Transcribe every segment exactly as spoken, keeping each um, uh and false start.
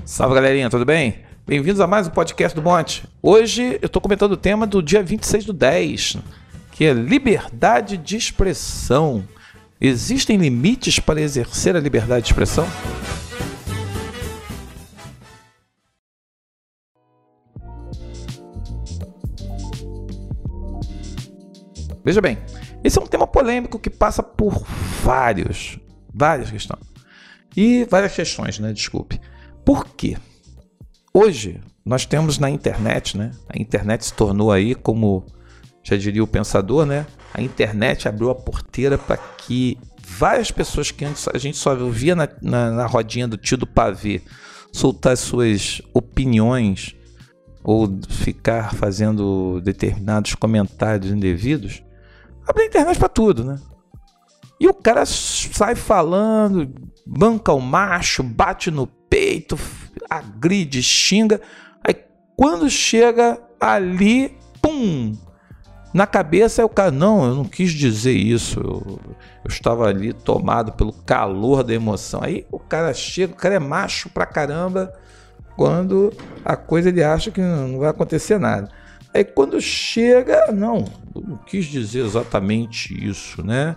Salve, galerinha, tudo bem? Bem-vindos a mais um podcast do Monte. Hoje eu estou comentando o tema do dia vinte e seis do dez, que é liberdade de expressão. Existem limites para exercer a liberdade de expressão? Veja bem, esse é um tema polêmico que passa por vários, várias questões. E várias questões, né? Desculpe. Por quê? Hoje, nós temos na internet, né? A internet se tornou aí, como já diria o pensador, né? A internet abriu a porteira para que várias pessoas que antes a gente só via na, na, na rodinha do tio do pavê soltar suas opiniões ou ficar fazendo determinados comentários indevidos, abre a internet para tudo, né? E o cara sai falando, banca o macho, bate no peito, agride, xinga. Aí quando chega ali, pum, na cabeça, é o cara, não, eu não quis dizer isso, eu, eu estava ali tomado pelo calor da emoção. Aí o cara chega, o cara é macho pra caramba, quando a coisa ele acha que não vai acontecer nada. Aí quando chega, não, eu não quis dizer exatamente isso, né?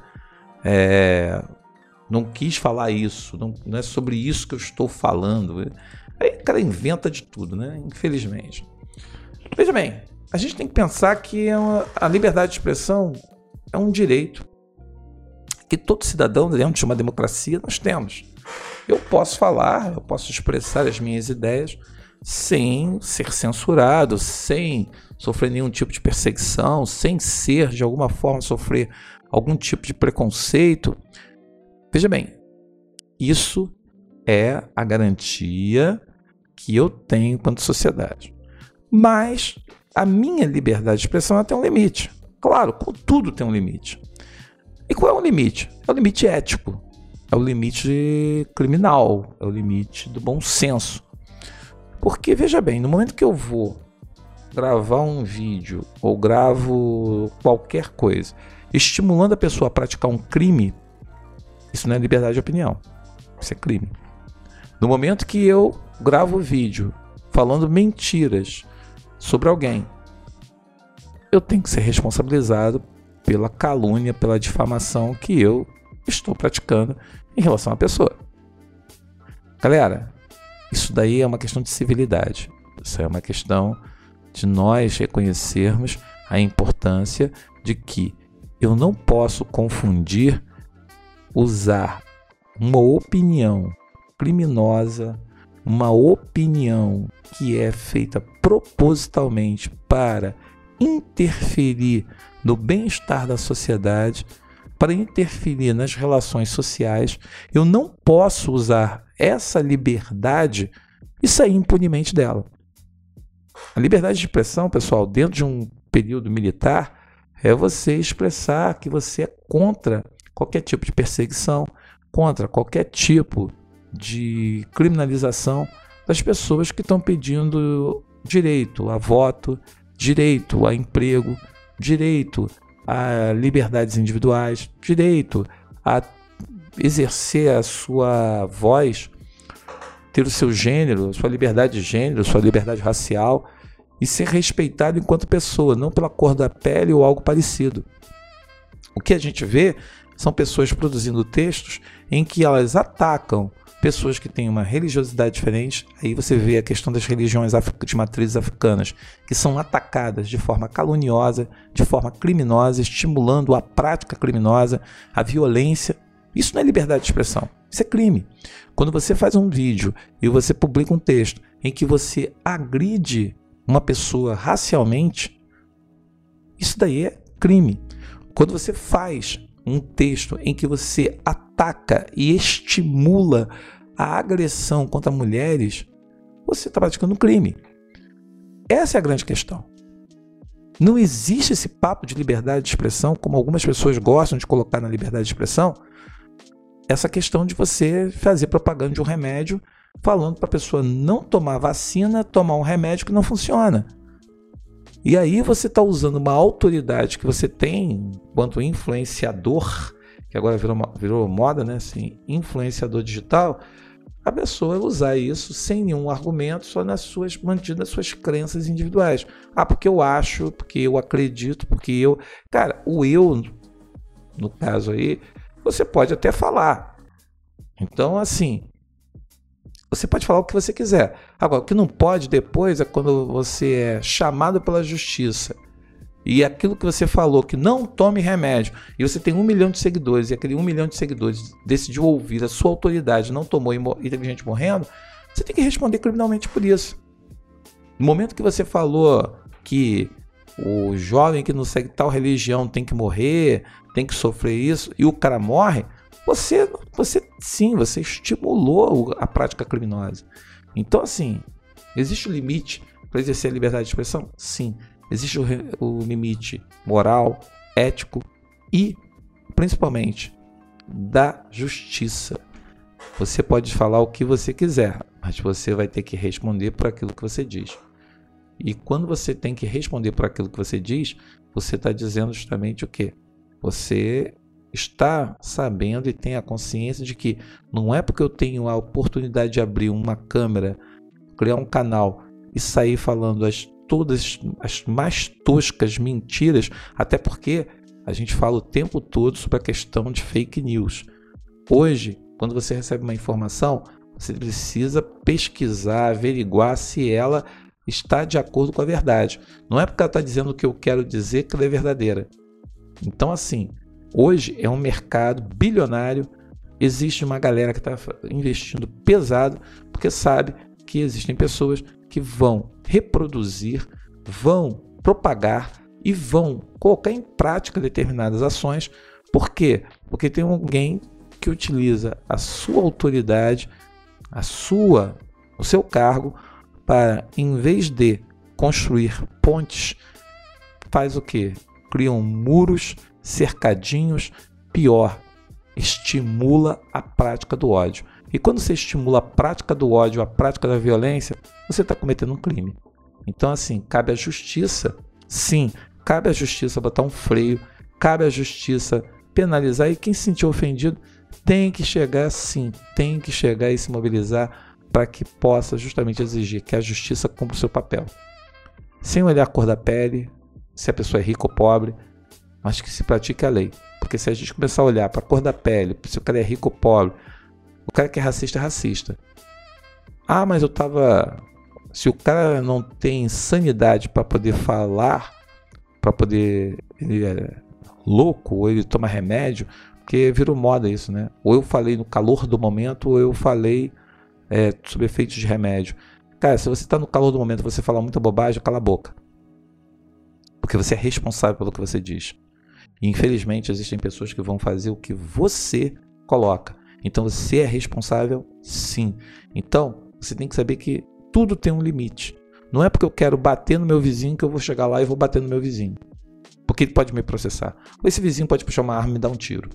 É, não quis falar isso, não, não é sobre isso que eu estou falando. Aí o cara inventa de tudo, né? Infelizmente. Veja bem, a gente tem que pensar que é uma, a liberdade de expressão é um direito que todo cidadão dentro de uma democracia nós temos. Eu posso falar, eu posso expressar as minhas ideias sem ser censurado, sem sofrer nenhum tipo de perseguição, sem ser, de alguma forma, sofrer algum tipo de preconceito. Veja bem, isso é a garantia que eu tenho quanto sociedade. Mas a minha liberdade de expressão ela tem um limite. Claro, tudo tem um limite. E qual é o limite? É o limite ético, é o limite criminal, é o limite do bom senso. Porque, veja bem, no momento que eu vou gravar um vídeo ou gravo qualquer coisa estimulando a pessoa a praticar um crime, isso não é liberdade de opinião, isso é crime. No momento que eu gravo vídeo falando mentiras sobre alguém, eu tenho que ser responsabilizado pela calúnia, pela difamação que eu estou praticando em relação à pessoa. Galera, isso daí é uma questão de civilidade, isso é uma questão de nós reconhecermos a importância de que eu não posso confundir usar uma opinião criminosa, uma opinião que é feita propositalmente para interferir no bem-estar da sociedade, para interferir nas relações sociais. Eu não posso usar essa liberdade e sair impunemente dela. A liberdade de expressão, pessoal, dentro de um período militar, é você expressar que você é contra qualquer tipo de perseguição, contra qualquer tipo de criminalização das pessoas que estão pedindo direito a voto, direito a emprego, direito a liberdades individuais, direito a exercer a sua voz, ter o seu gênero, sua liberdade de gênero, sua liberdade racial e ser respeitado enquanto pessoa, não pela cor da pele ou algo parecido. O que a gente vê são pessoas produzindo textos em que elas atacam pessoas que têm uma religiosidade diferente. Aí você vê a questão das religiões de matrizes africanas, que são atacadas de forma caluniosa, de forma criminosa, estimulando a prática criminosa, a violência. Isso não é liberdade de expressão, isso é crime. Quando você faz um vídeo e você publica um texto em que você agride uma pessoa racialmente, isso daí é crime. Quando você faz um texto em que você ataca e estimula a agressão contra mulheres, você está praticando um crime. Essa é a grande questão. Não existe esse papo de liberdade de expressão, como algumas pessoas gostam de colocar na liberdade de expressão, essa questão de você fazer propaganda de um remédio falando para a pessoa não tomar vacina, tomar um remédio que não funciona. E aí você está usando uma autoridade que você tem enquanto influenciador, que agora virou, virou moda, né? Assim, influenciador digital, a pessoa usar isso sem nenhum argumento, só nas suas mantidas nas suas crenças individuais. Ah, porque eu acho, porque eu acredito, porque eu... Cara, o eu, no caso aí, você pode até falar. Então, assim, você pode falar o que você quiser. Agora, o que não pode depois é quando você é chamado pela justiça e aquilo que você falou, que não tome remédio, e você tem um milhão de seguidores, e aquele um milhão de seguidores decidiu ouvir a sua autoridade, não tomou e, e teve gente morrendo, você tem que responder criminalmente por isso. No momento que você falou que o jovem que não segue tal religião tem que morrer, tem que sofrer isso, e o cara morre, você, você sim, você estimulou a prática criminosa. Então, assim, existe um limite para exercer a liberdade de expressão? Sim. Existe o, o limite moral, ético e, principalmente, da justiça. Você pode falar o que você quiser, mas você vai ter que responder por aquilo que você diz. E quando você tem que responder por aquilo que você diz, você está dizendo justamente o quê? Você está sabendo e tem a consciência de que não é porque eu tenho a oportunidade de abrir uma câmera, criar um canal e sair falando as todas as mais toscas mentiras, até porque a gente fala o tempo todo sobre a questão de fake news. Hoje, quando você recebe uma informação, você precisa pesquisar, averiguar se ela está de acordo com a verdade. Não é porque ela está dizendo o que eu quero dizer que ela é verdadeira. Então, assim, hoje é um mercado bilionário, existe uma galera que está investindo pesado, porque sabe que existem pessoas que vão reproduzir, vão propagar e vão colocar em prática determinadas ações. Por quê? Porque tem alguém que utiliza a sua autoridade, a sua, o seu cargo, para, em vez de construir pontes, faz o quê? Criam muros, cercadinhos, pior, estimula a prática do ódio. E quando você estimula a prática do ódio, a prática da violência, você está cometendo um crime. Então, assim, cabe à justiça, sim, cabe à justiça botar um freio, cabe à justiça penalizar, e quem se sentir ofendido tem que chegar, sim, tem que chegar e se mobilizar para que possa justamente exigir que a justiça cumpra o seu papel. Sem olhar a cor da pele, se a pessoa é rica ou pobre, mas que se pratique a lei. Porque se a gente começar a olhar para a cor da pele, se o cara é rico ou pobre, o cara que é racista é racista. Ah, mas eu tava... Se o cara não tem sanidade para poder falar, para poder... Ele é louco, ou ele toma remédio, porque virou moda isso, né? Ou eu falei no calor do momento, ou eu falei é, sobre efeitos de remédio. Cara, se você está no calor do momento e você fala muita bobagem, cala a boca. Porque você é responsável pelo que você diz. E, infelizmente, existem pessoas que vão fazer o que você coloca. Então, você é responsável, sim. Então, você tem que saber que tudo tem um limite. Não é porque eu quero bater no meu vizinho que eu vou chegar lá e vou bater no meu vizinho. Porque ele pode me processar. Ou esse vizinho pode puxar uma arma e me dar um tiro.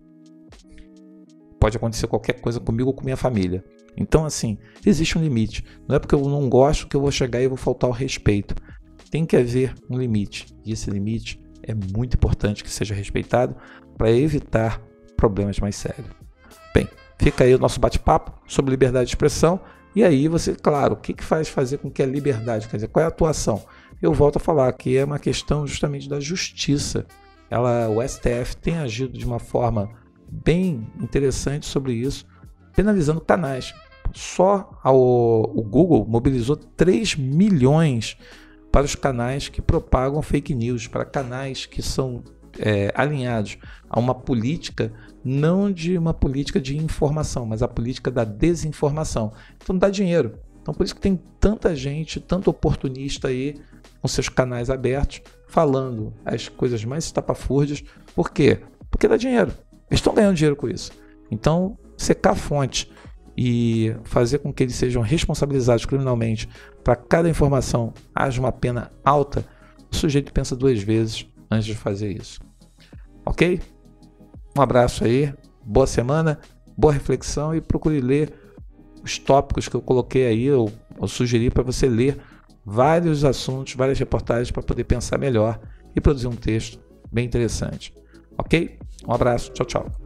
Pode acontecer qualquer coisa comigo ou com minha família. Então, assim, existe um limite. Não é porque eu não gosto que eu vou chegar e vou faltar ao respeito. Tem que haver um limite. E esse limite é muito importante que seja respeitado para evitar problemas mais sérios. Bem, fica aí o nosso bate-papo sobre liberdade de expressão. E aí você, claro, o que, que faz fazer com que a liberdade, quer dizer, qual é a atuação? Eu volto a falar que é uma questão justamente da justiça. Ela, o S T F tem agido de uma forma bem interessante sobre isso, penalizando canais. Só ao, o Google mobilizou três milhões para os canais que propagam fake news, para canais que são é, alinhados a uma política, não de uma política de informação, mas a política da desinformação. Então dá dinheiro. Então por isso que tem tanta gente, tanto oportunista aí, com seus canais abertos, falando as coisas mais estapafúrdias. Por quê? Porque dá dinheiro. Eles estão ganhando dinheiro com isso. Então, secar a fonte e fazer com que eles sejam responsabilizados criminalmente para cada informação haja uma pena alta, o sujeito pensa duas vezes antes de fazer isso. Ok? Um abraço aí, boa semana, boa reflexão e procure ler os tópicos que eu coloquei aí, eu, eu sugeri para você ler vários assuntos, várias reportagens para poder pensar melhor e produzir um texto bem interessante. Ok? Um abraço, tchau, tchau.